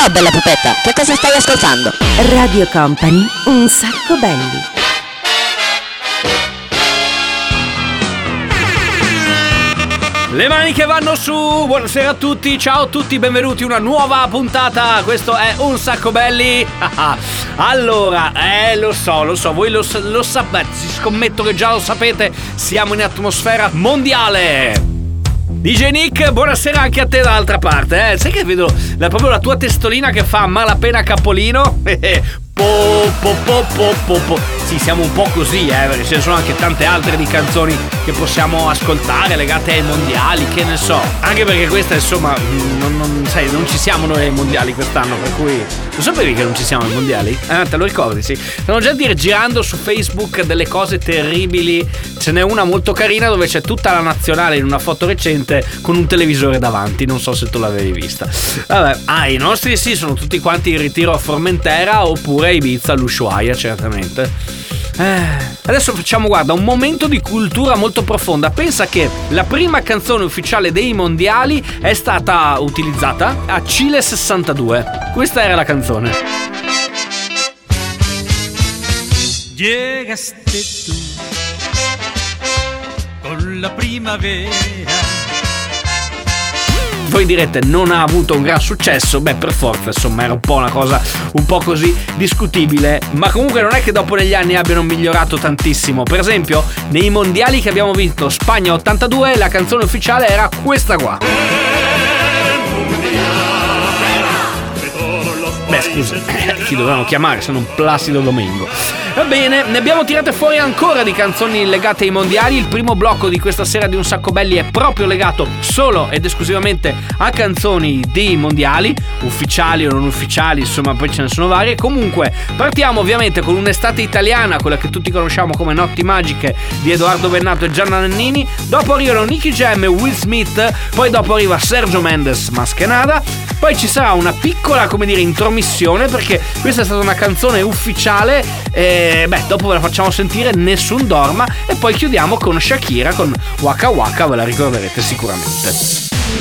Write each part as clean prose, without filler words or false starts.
Ciao bella pupetta, che cosa stai ascoltando? Radio Company, un sacco belli. Le mani che vanno su, buonasera a tutti, ciao a tutti, benvenuti a una nuova puntata, questo è Un Sacco Belli. Allora, lo so, voi lo sapete, scommetto che già lo sapete, siamo in atmosfera mondiale. DJ Nick, buonasera anche a te dall'altra parte, sai che vedo proprio la tua testolina che fa malapena capolino? Sì, siamo un po' così, perché ce ne sono anche tante altre di canzoni che possiamo ascoltare legate ai mondiali, che ne so. Anche perché questa, insomma, non ci siamo noi ai mondiali quest'anno, per cui... Lo sapevi che non ci siamo ai mondiali? Te lo ricordi, sì. Stanno già girando su Facebook delle cose terribili. Ce n'è una molto carina dove c'è tutta la nazionale in una foto recente con un televisore davanti, non so se tu l'avevi vista. Vabbè, i nostri sì, sono tutti quanti in ritiro a Formentera oppure Ibiza, all'Ushuaia, certamente. Adesso facciamo, guarda, un momento di cultura molto profonda. Pensa che la prima canzone ufficiale dei mondiali è stata utilizzata a Cile 62. Questa era la canzone. Llegaste tú con la primavera. Voi direte non ha avuto un gran successo, per forza, insomma era un po' una cosa un po' così discutibile, ma comunque non è che dopo negli anni abbiano migliorato tantissimo. Per esempio nei mondiali che abbiamo vinto, Spagna 82, la canzone ufficiale era questa qua. Scusa, chi dovevano chiamare se non Placido Domingo? Va bene, ne abbiamo tirate fuori ancora di canzoni legate ai mondiali. Il primo blocco di questa sera di Un Sacco Belli è proprio legato solo ed esclusivamente a canzoni dei mondiali, ufficiali o non ufficiali, insomma poi ce ne sono varie. Comunque partiamo ovviamente con un'estate italiana, quella che tutti conosciamo come Notti Magiche di Edoardo Bennato e Gianna Nannini. Dopo arrivano Nicky Jam e Will Smith, poi dopo arriva Sergio Mendes, Maskenada. Poi ci sarà una piccola, intromissione, perché questa è stata una canzone ufficiale. Dopo ve la facciamo sentire, Nessun Dorma. E poi chiudiamo con Shakira con Waka Waka, ve la ricorderete sicuramente.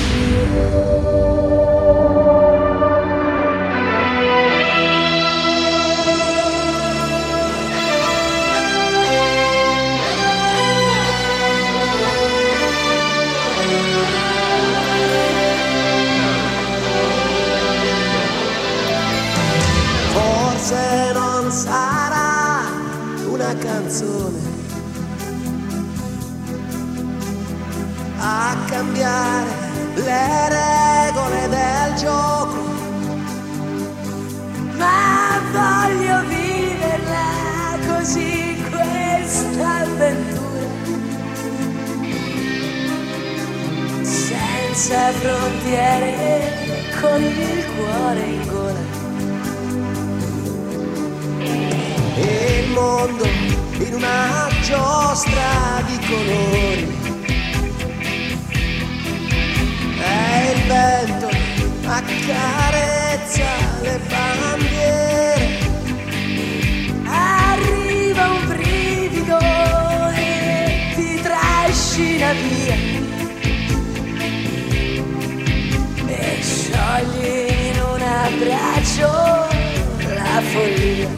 Forse non sarà una canzone a cambiare le regole del gioco, ma voglio viverla così questa avventura, senza frontiere, con il cuore in gola. E il mondo in una giostra di colori, e il vento accarezza le bandiere, arriva un brivido e ti trascina via e sciogli in un abbraccio la follia.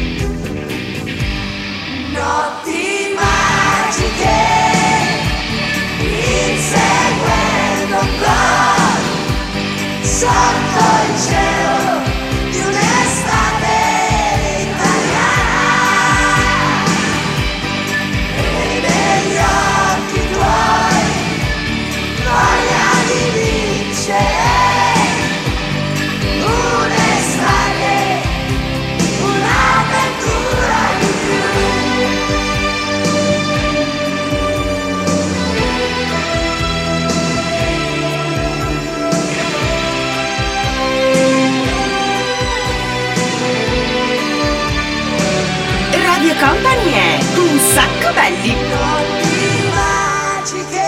Notti magiche, inseguendo un gol sotto il cielo di un'estate italiana, e negli occhi tuoi voglia di vincere. Un'estate, un'avventura di più. Radio Company è Un Sacco Belli. Notti magiche.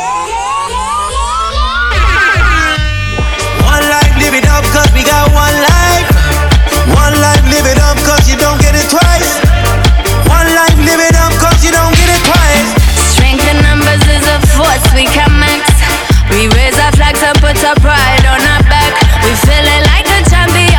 One life, live it up, cause we got one life. One life, live it up, cause you don't get it twice. One life, live it up, cause you don't get it twice. Strength in numbers is a force we can mix. We raise our flags and put our pride on our back. We feeling like the champions.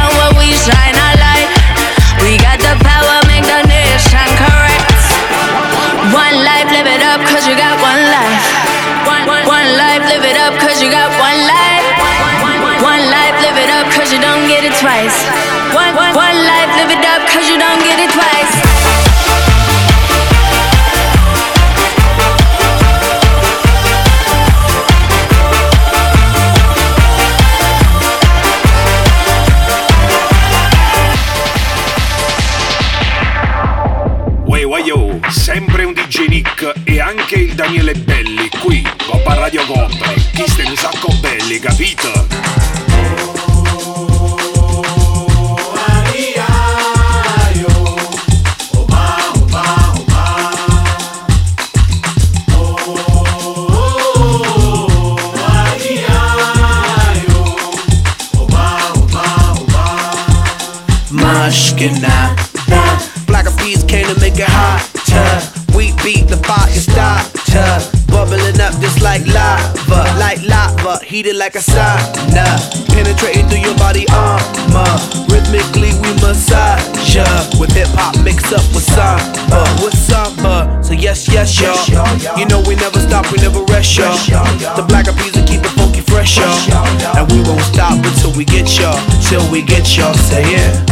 twice. One life, live it up, cause you don't get it twice. Yo, sempre un DJ Nick e anche il Daniele Belli qui, Coppa Radio Company. Chi stai un sacco belli, capito? Mashkina. Black of bees came to make it hotter. We beat the fire starter. Bubbling up just like lava, heated like a sauna. Penetrating through your body armor. Rhythmically we massage ya. With hip hop mixed up with samba. So yes, y'all. You know we never stop, we never rest, y'all. The Black of bees will keep the funky fresh, y'all. And we won't stop until we get y'all. Till we get y'all, say yeah.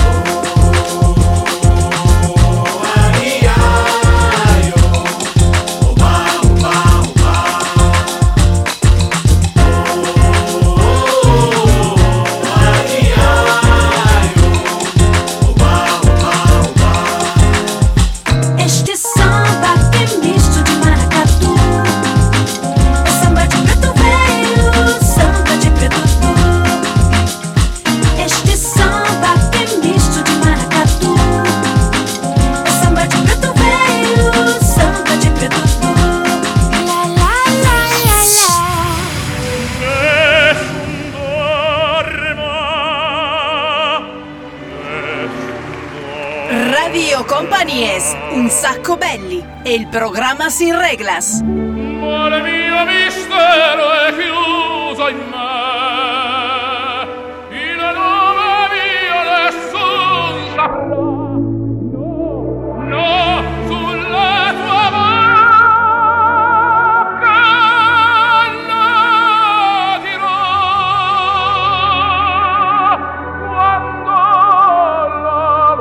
Radio Company es Un Sacco Belli e il programma Sin Reglas. Ma il mio mistero è chiuso in me, il nome mio nessun saprà, no, sulla tua bocca la dirò, quando la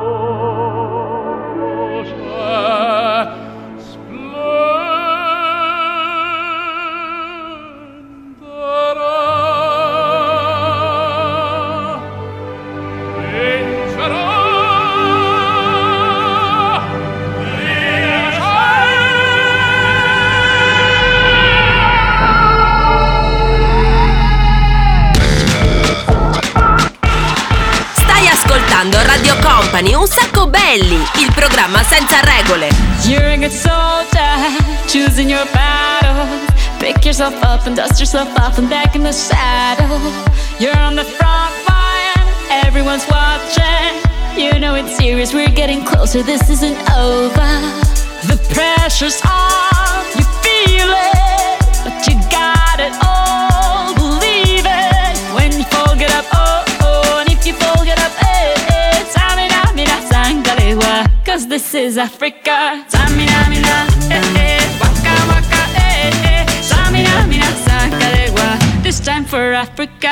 Radio Company, Un Sacco Belli, il programma senza regole. You're a good soldier, choosing your battle. Pick yourself up and dust yourself off and back in the saddle. You're on the front line, everyone's watching. You know it's serious, we're getting closer, this isn't over. The pressure's on, you feel it, but you got it all, believe it. When you fall, get up, oh, oh, and if you fall, get up, eh, eh. Samina, mina, sangalewa, cause this is Africa. Samina, mina, eh, eh, waka, waka, eh, eh. Samina, mina, sangalewa, this time for Africa.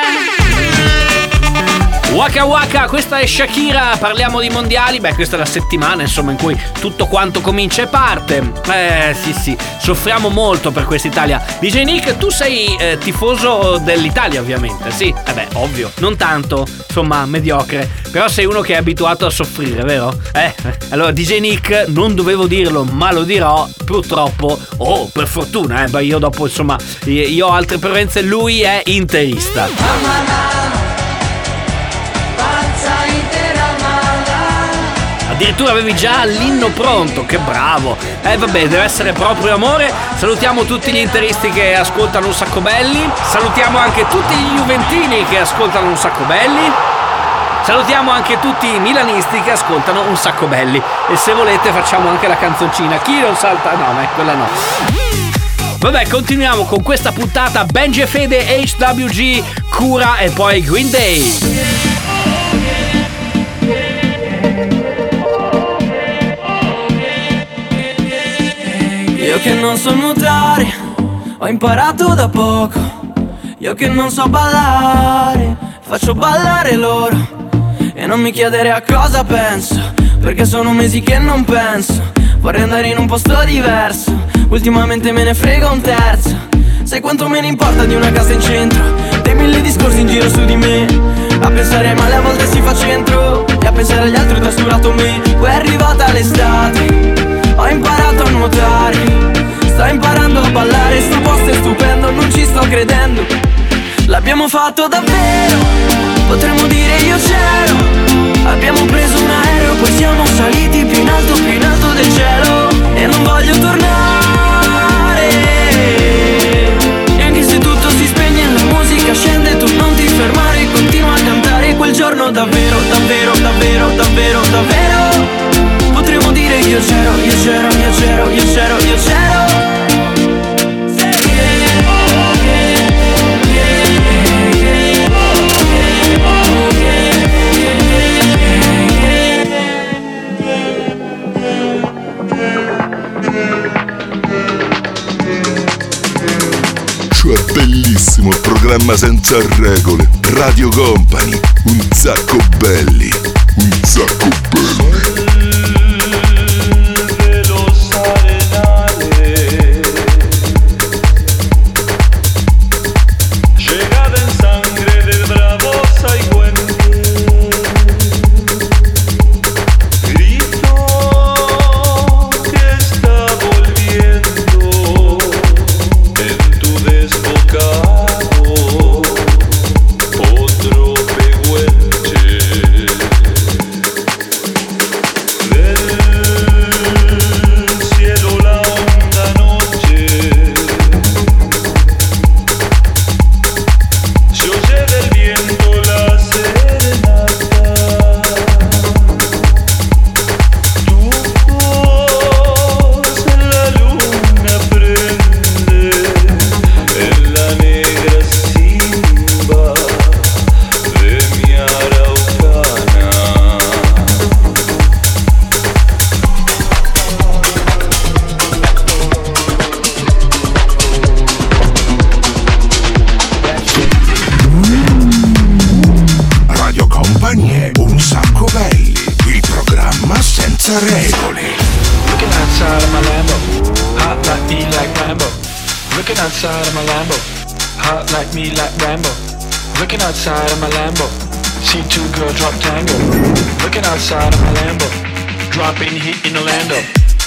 Waka Waka, questa è Shakira, parliamo di mondiali, beh questa è la settimana insomma in cui tutto quanto comincia e parte. Sì, soffriamo molto per questa Italia. DJ Nick, tu sei tifoso dell'Italia ovviamente, sì, ovvio, non tanto, insomma mediocre, però sei uno che è abituato a soffrire, vero? Allora DJ Nick, non dovevo dirlo ma lo dirò, purtroppo, per fortuna, io dopo insomma, io ho altre preferenze, lui è interista. Addirittura avevi già l'inno pronto, che bravo. Vabbè, deve essere proprio amore. Salutiamo tutti gli interisti che ascoltano Un Sacco Belli. Salutiamo anche tutti gli juventini che ascoltano Un Sacco Belli. Salutiamo anche tutti i milanisti che ascoltano Un Sacco Belli. E se volete facciamo anche la canzoncina. Chi non salta? No, ma quella no. Vabbè, continuiamo con questa puntata. Benji e Fede, HWG, Cura e poi Green Day. Io che non so nuotare, ho imparato da poco. Io che non so ballare, faccio ballare loro. E non mi chiedere a cosa penso, perché sono mesi che non penso. Vorrei andare in un posto diverso, ultimamente me ne frega un terzo. Sai quanto me ne importa di una casa in centro, dei 1000 discorsi in giro su di me. A pensare male a volte si fa centro, e a pensare agli altri ho trascurato me. Poi è arrivata l'estate, ho imparato a nuotare, sto imparando a ballare, sto posto è stupendo, non ci sto credendo. L'abbiamo fatto davvero, potremmo dire io c'ero. Abbiamo preso un aereo, poi siamo saliti più in alto del cielo. E non voglio tornare, e anche se tutto si spegne la musica scende, tu non ti fermare, continua a cantare. Quel giorno davvero, davvero, davvero, davvero, davvero potremmo dire io c'ero, io c'ero, io c'ero, io c'ero, io c'ero. È bellissimo il programma senza regole. Radio Company, un sacco belli, un sacco belli. outside of my Lambo, hot like me like Rambo. Looking outside of my Lambo, see two girls drop tango. Looking outside of my Lambo, dropping heat in Orlando.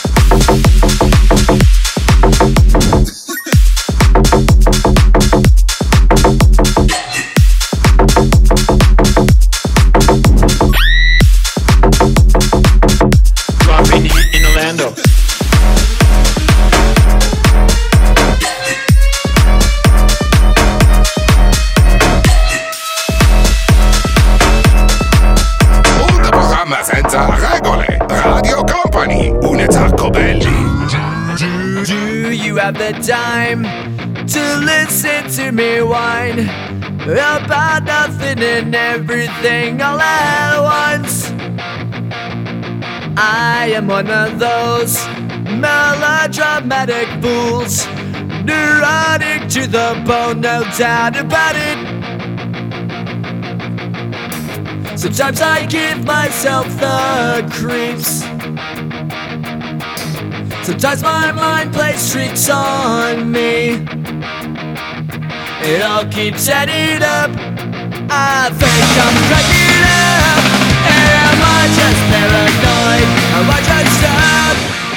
Dropping heat in Orlando. Senza regole, Radio Company, un sacco belli. Do you have the time to listen to me whine about nothing and everything all at once? I am one of those melodramatic fools, neurotic to the bone, no doubt about it. Sometimes I give myself the creeps. Sometimes my mind plays tricks on me. It all keeps adding up. I think I'm cracking up. Am I just paranoid? Am I just up?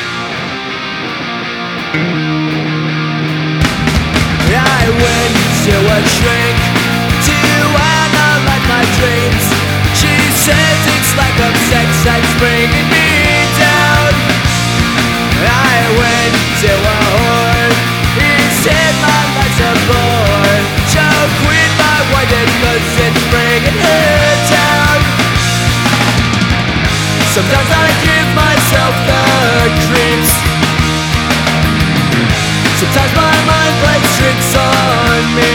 I went to a shrink to analyze my dreams. She says it's lack of sex that's bringing me down. I went to a whore. He said my life's a bore. So quit my wife cause it's bringing her down. Sometimes I give myself the creeps. Sometimes my mind plays tricks on me.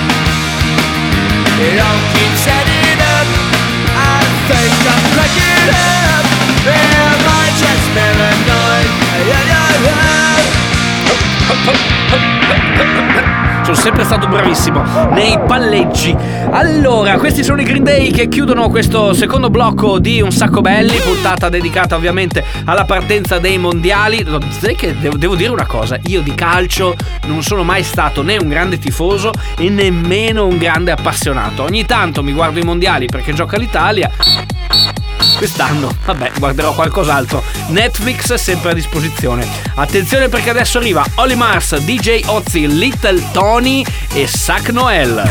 It all keeps adding up. I think I'm cracking up. Am I just paranoid? Yeah. sono sempre stato bravissimo nei palleggi. Allora, questi sono i Green Day che chiudono questo secondo blocco di Un Sacco Belli, puntata dedicata ovviamente alla partenza dei mondiali. Sai che devo dire una cosa, io di calcio non sono mai stato né un grande tifoso e nemmeno un grande appassionato. Ogni tanto mi guardo i mondiali perché gioca l'Italia. Quest'anno, vabbè, guarderò qualcos'altro. Netflix è sempre a disposizione. Attenzione perché adesso arriva Olly Mars, DJ Ozzy, Little Tony e Sac Noel.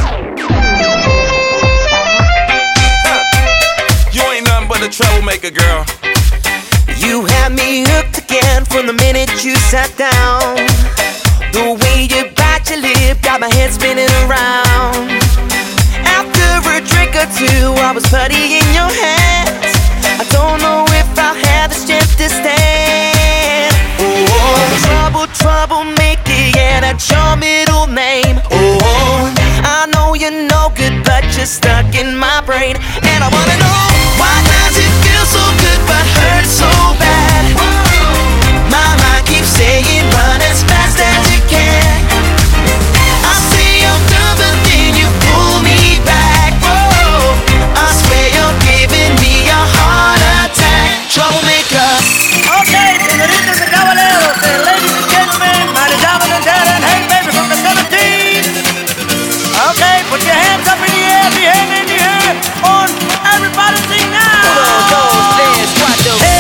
You ain't nothing but a troublemaker, girl. You had me hooked again from the minute you sat down. The way you bite your lip got my head spinning around. After a drink or two, I was putty in your hands. I don't know if I'll have the strength to stand. Oh, troublemaker, yeah, that's your middle name. Oh, I know you're no good, but you're stuck in my brain. And I wanna know, why does it feel so good but hurt so bad? My mind keeps saying run as fast as you can. I say I'm done, but then you pull me back. Whoa, I swear you're giving me a heart attack. Troublemaker. Okay, senoritas and caballeros, ladies and gentlemen, my damen and herren, hey baby from the 17. Okay, put your hands up in the air, the hand in the air, on everybody sing now. 1, 2, 3, 4.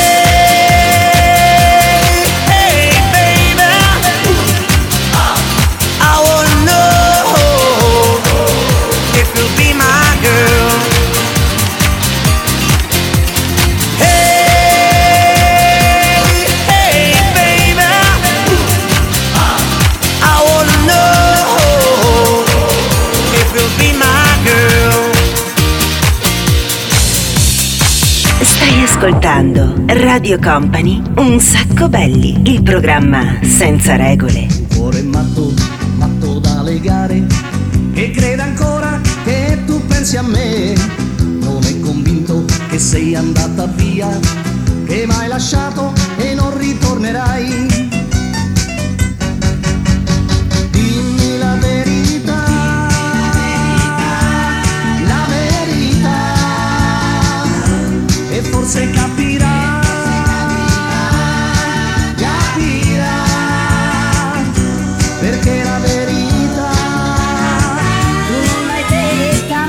Hey, baby, I wanna know if you'll be my girl. Stai ascoltando Radio Company, Un Sacco Belli, il programma senza regole. Un cuore matto, matto da legare, che crede ancora che tu pensi a me. Non è convinto che sei andata via, che m'hai lasciato e non ritornerai. Dimmi la verità, la verità, e forse capirà, perché la verità tu l'hai detta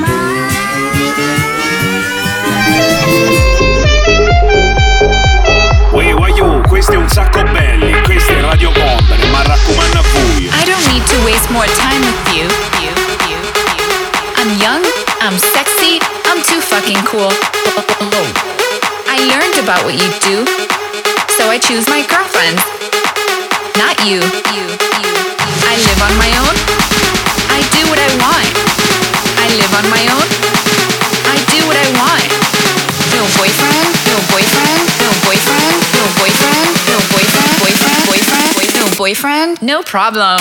Uè, guagliù, questo è Un Sacco Belli, questo è Radio Company, ma raccomando a voi. I don't need to waste more time with you. I'm young, I'm sexy, I'm too fucking cool. I learned about what you do, so I choose my girlfriends. Not you. I live on my own. I do what I want. I live on my own. I do what I want. No boyfriend, no boyfriend, no boyfriend, no boyfriend, no boyfriend, boyfriend, no boyfriend, no problem.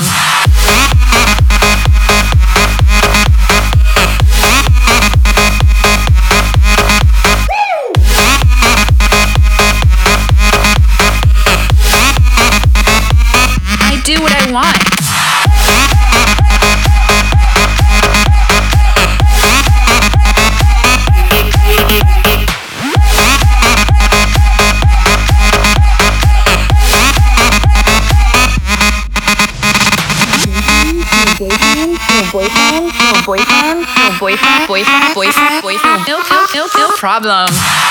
I do what I want. Boyfriend, no problem.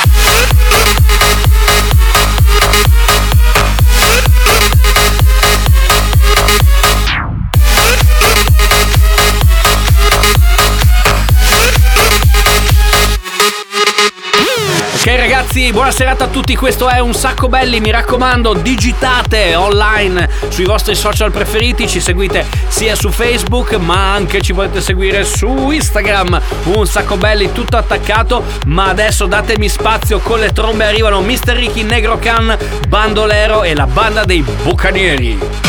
Ok ragazzi, buona serata a tutti, questo è Un Sacco Belli, mi raccomando digitate online sui vostri social preferiti, ci seguite sia su Facebook ma anche ci potete seguire su Instagram, Un Sacco Belli tutto attaccato, ma adesso datemi spazio, con le trombe arrivano Mr. Ricky, Negro Can, Bandolero e la banda dei Bucanieri.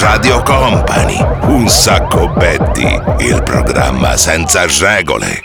Radio Company, un sacco Betty, il programma senza regole.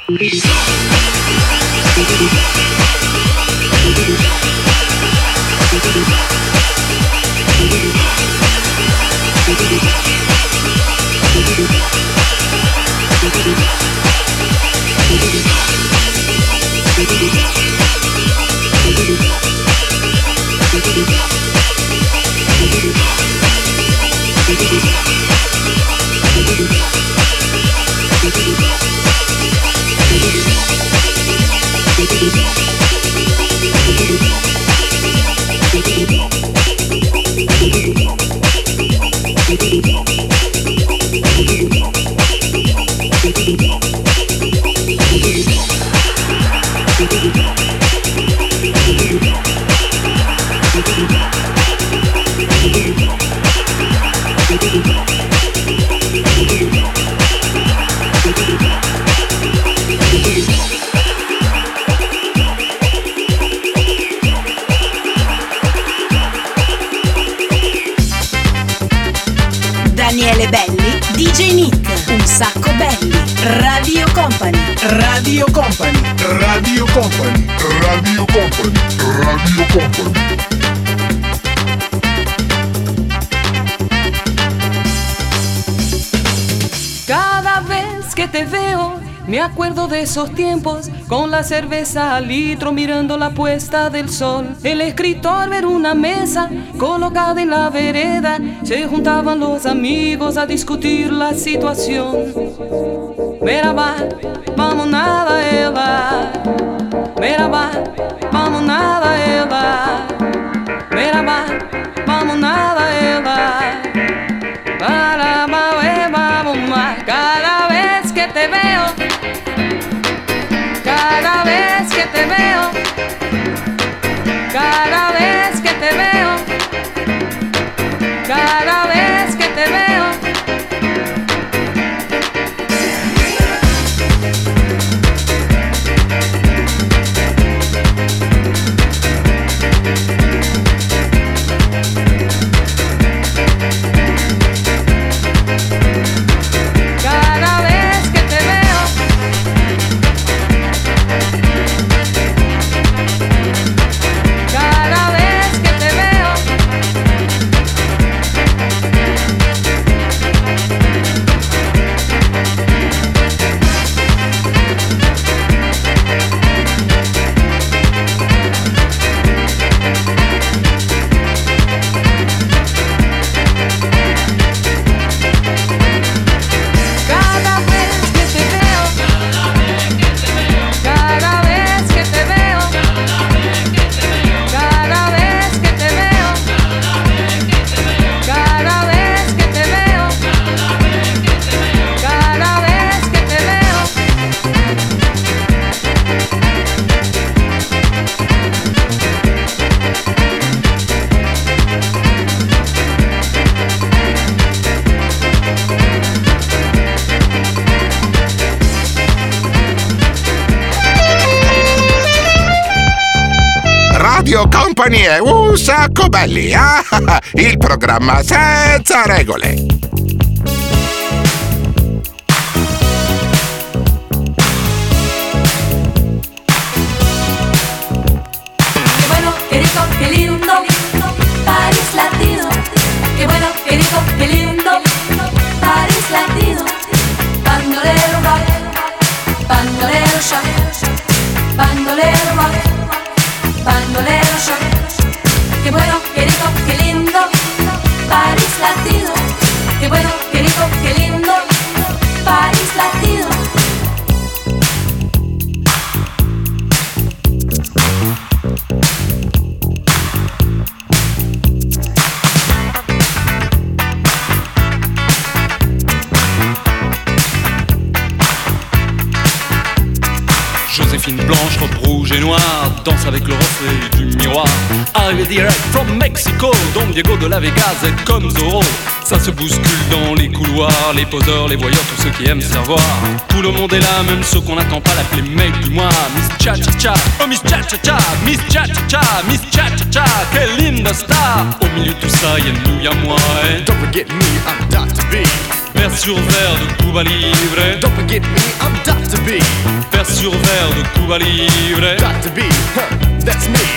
Daniele Belli, DJ Nick, un sacco belli, Radio Company, Radio Company, Radio Company, Radio Company, Radio Company. Cada vez que te veo, me acuerdo de esos tiempos, con la cerveza al litro mirando la puesta del sol. El escritor ver una mesa colocada en la vereda, se juntaban los amigos a discutir la situación. Merhaba, vamos nada ela. Merhaba, vamos nada ela. Merhaba, vamos nada ela. Para vamos más. Cada vez que te veo, cada vez que te veo, cada vez que te veo, cada vez que te veo. Radio Company è un sacco belli, il programma senza regole. Qué bueno, qué rico, qué lindo, París Latino. Qué bueno, qué rico, qué lindo, París Latino. Bandolero rock, bandolero shock, bandolero rock, bandolero shock. Qué bueno, qué rico, qué lindo, París Latino. Qué fine blanche, robe rouge et noire, danse avec le reflet du miroir. Arrivé direct from Mexico, Don Diego de la Vegas est comme Zorro. Ça se bouscule dans les couloirs, les poseurs, les voyeurs, tous ceux qui aiment se faire voir. Tout le monde est là, même ceux qu'on n'attend pas, l'appeler mec du mois. Miss Cha-Cha-Cha, oh Miss Cha-Cha-Cha, Miss Cha-Cha-Cha, Miss Cha-Cha-Cha, quelle linda star. Au milieu de tout ça, y'a nous, y'a moi, eh. Don't forget me, I'm Dr. B. Verre sur verre de Cuba Libre. Don't forget me, I'm Dr. B. Verre sur verre de Cuba Libre. Dr. B, that's me.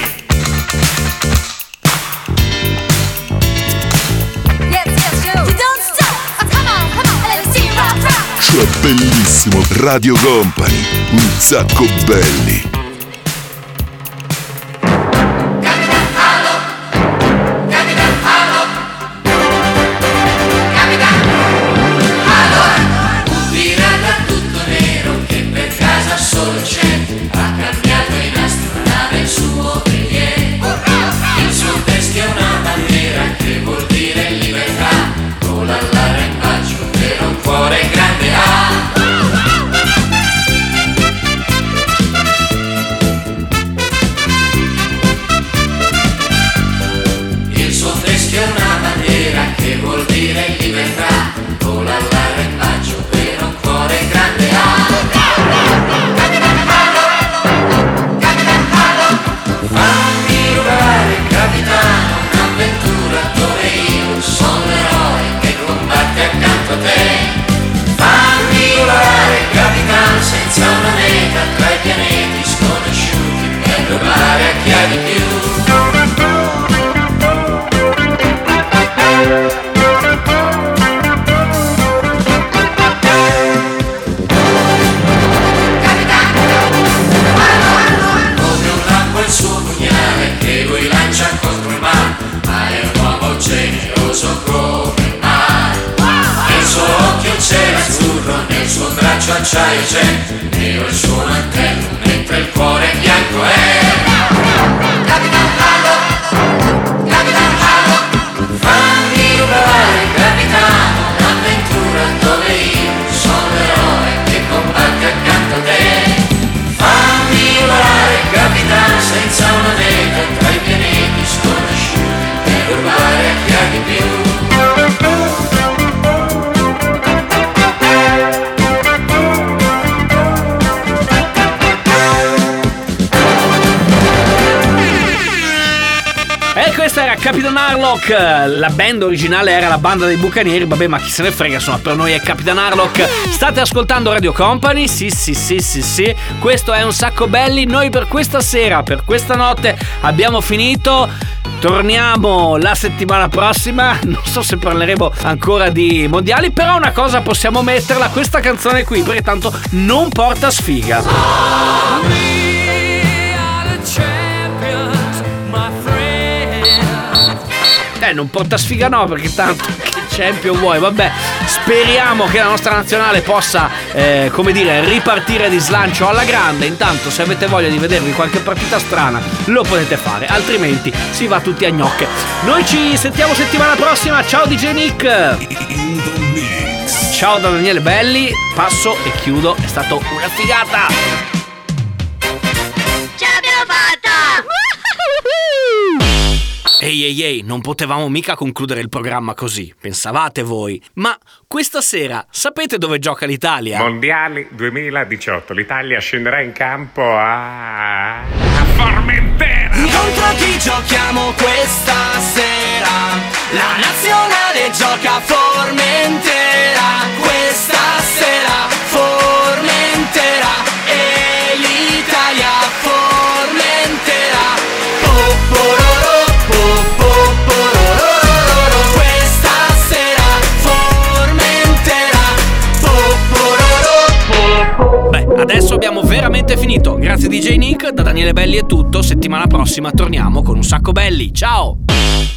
Cioè bellissimo, Radio Company, un sacco belli. Acciaio c'è, io il suo mantello, mentre il cuore bianco è. Capitan Harlock, Capitan Harlock, fammi rubare, capitano, un'avventura dove io sono l'eroe che combatte accanto a te. Fammi volare, capitano, senza una meta, tra i pianeti sconosciuti, per rubare a chi ha di più. Questa era Capitan Harlock, la band originale era la banda dei Bucanieri, vabbè ma chi se ne frega, insomma per noi è Capitan Harlock. State ascoltando Radio Company, sì, questo è Un Sacco Belli, noi per questa sera, per questa notte abbiamo finito. Torniamo la settimana prossima, non so se parleremo ancora di mondiali, però una cosa possiamo metterla, questa canzone qui, perché tanto non porta sfiga. Non porta sfiga no, perché tanto che champion vuoi, vabbè, speriamo che la nostra nazionale possa come dire, ripartire di slancio alla grande. Intanto se avete voglia di vedervi qualche partita strana lo potete fare, altrimenti si va tutti a gnocche. Noi ci sentiamo settimana prossima, ciao DJ Nick, ciao da Daniele Belli, passo e chiudo, è stato una figata. Ce l'abbiamo fatta! Ehi, non potevamo mica concludere il programma così, pensavate voi? Ma questa sera sapete dove gioca l'Italia? Mondiali 2018, l'Italia scenderà in campo a Formentera. Contro chi giochiamo questa sera? La nazionale gioca a Formentera. Questa sera Formentera e l'Italia Formentera. Questa sera Formentera. Beh, adesso abbiamo veramente finito. Grazie DJ Nick, da Daniele Belli è tutto. Settimana prossima torniamo con Un Sacco Belli. Ciao!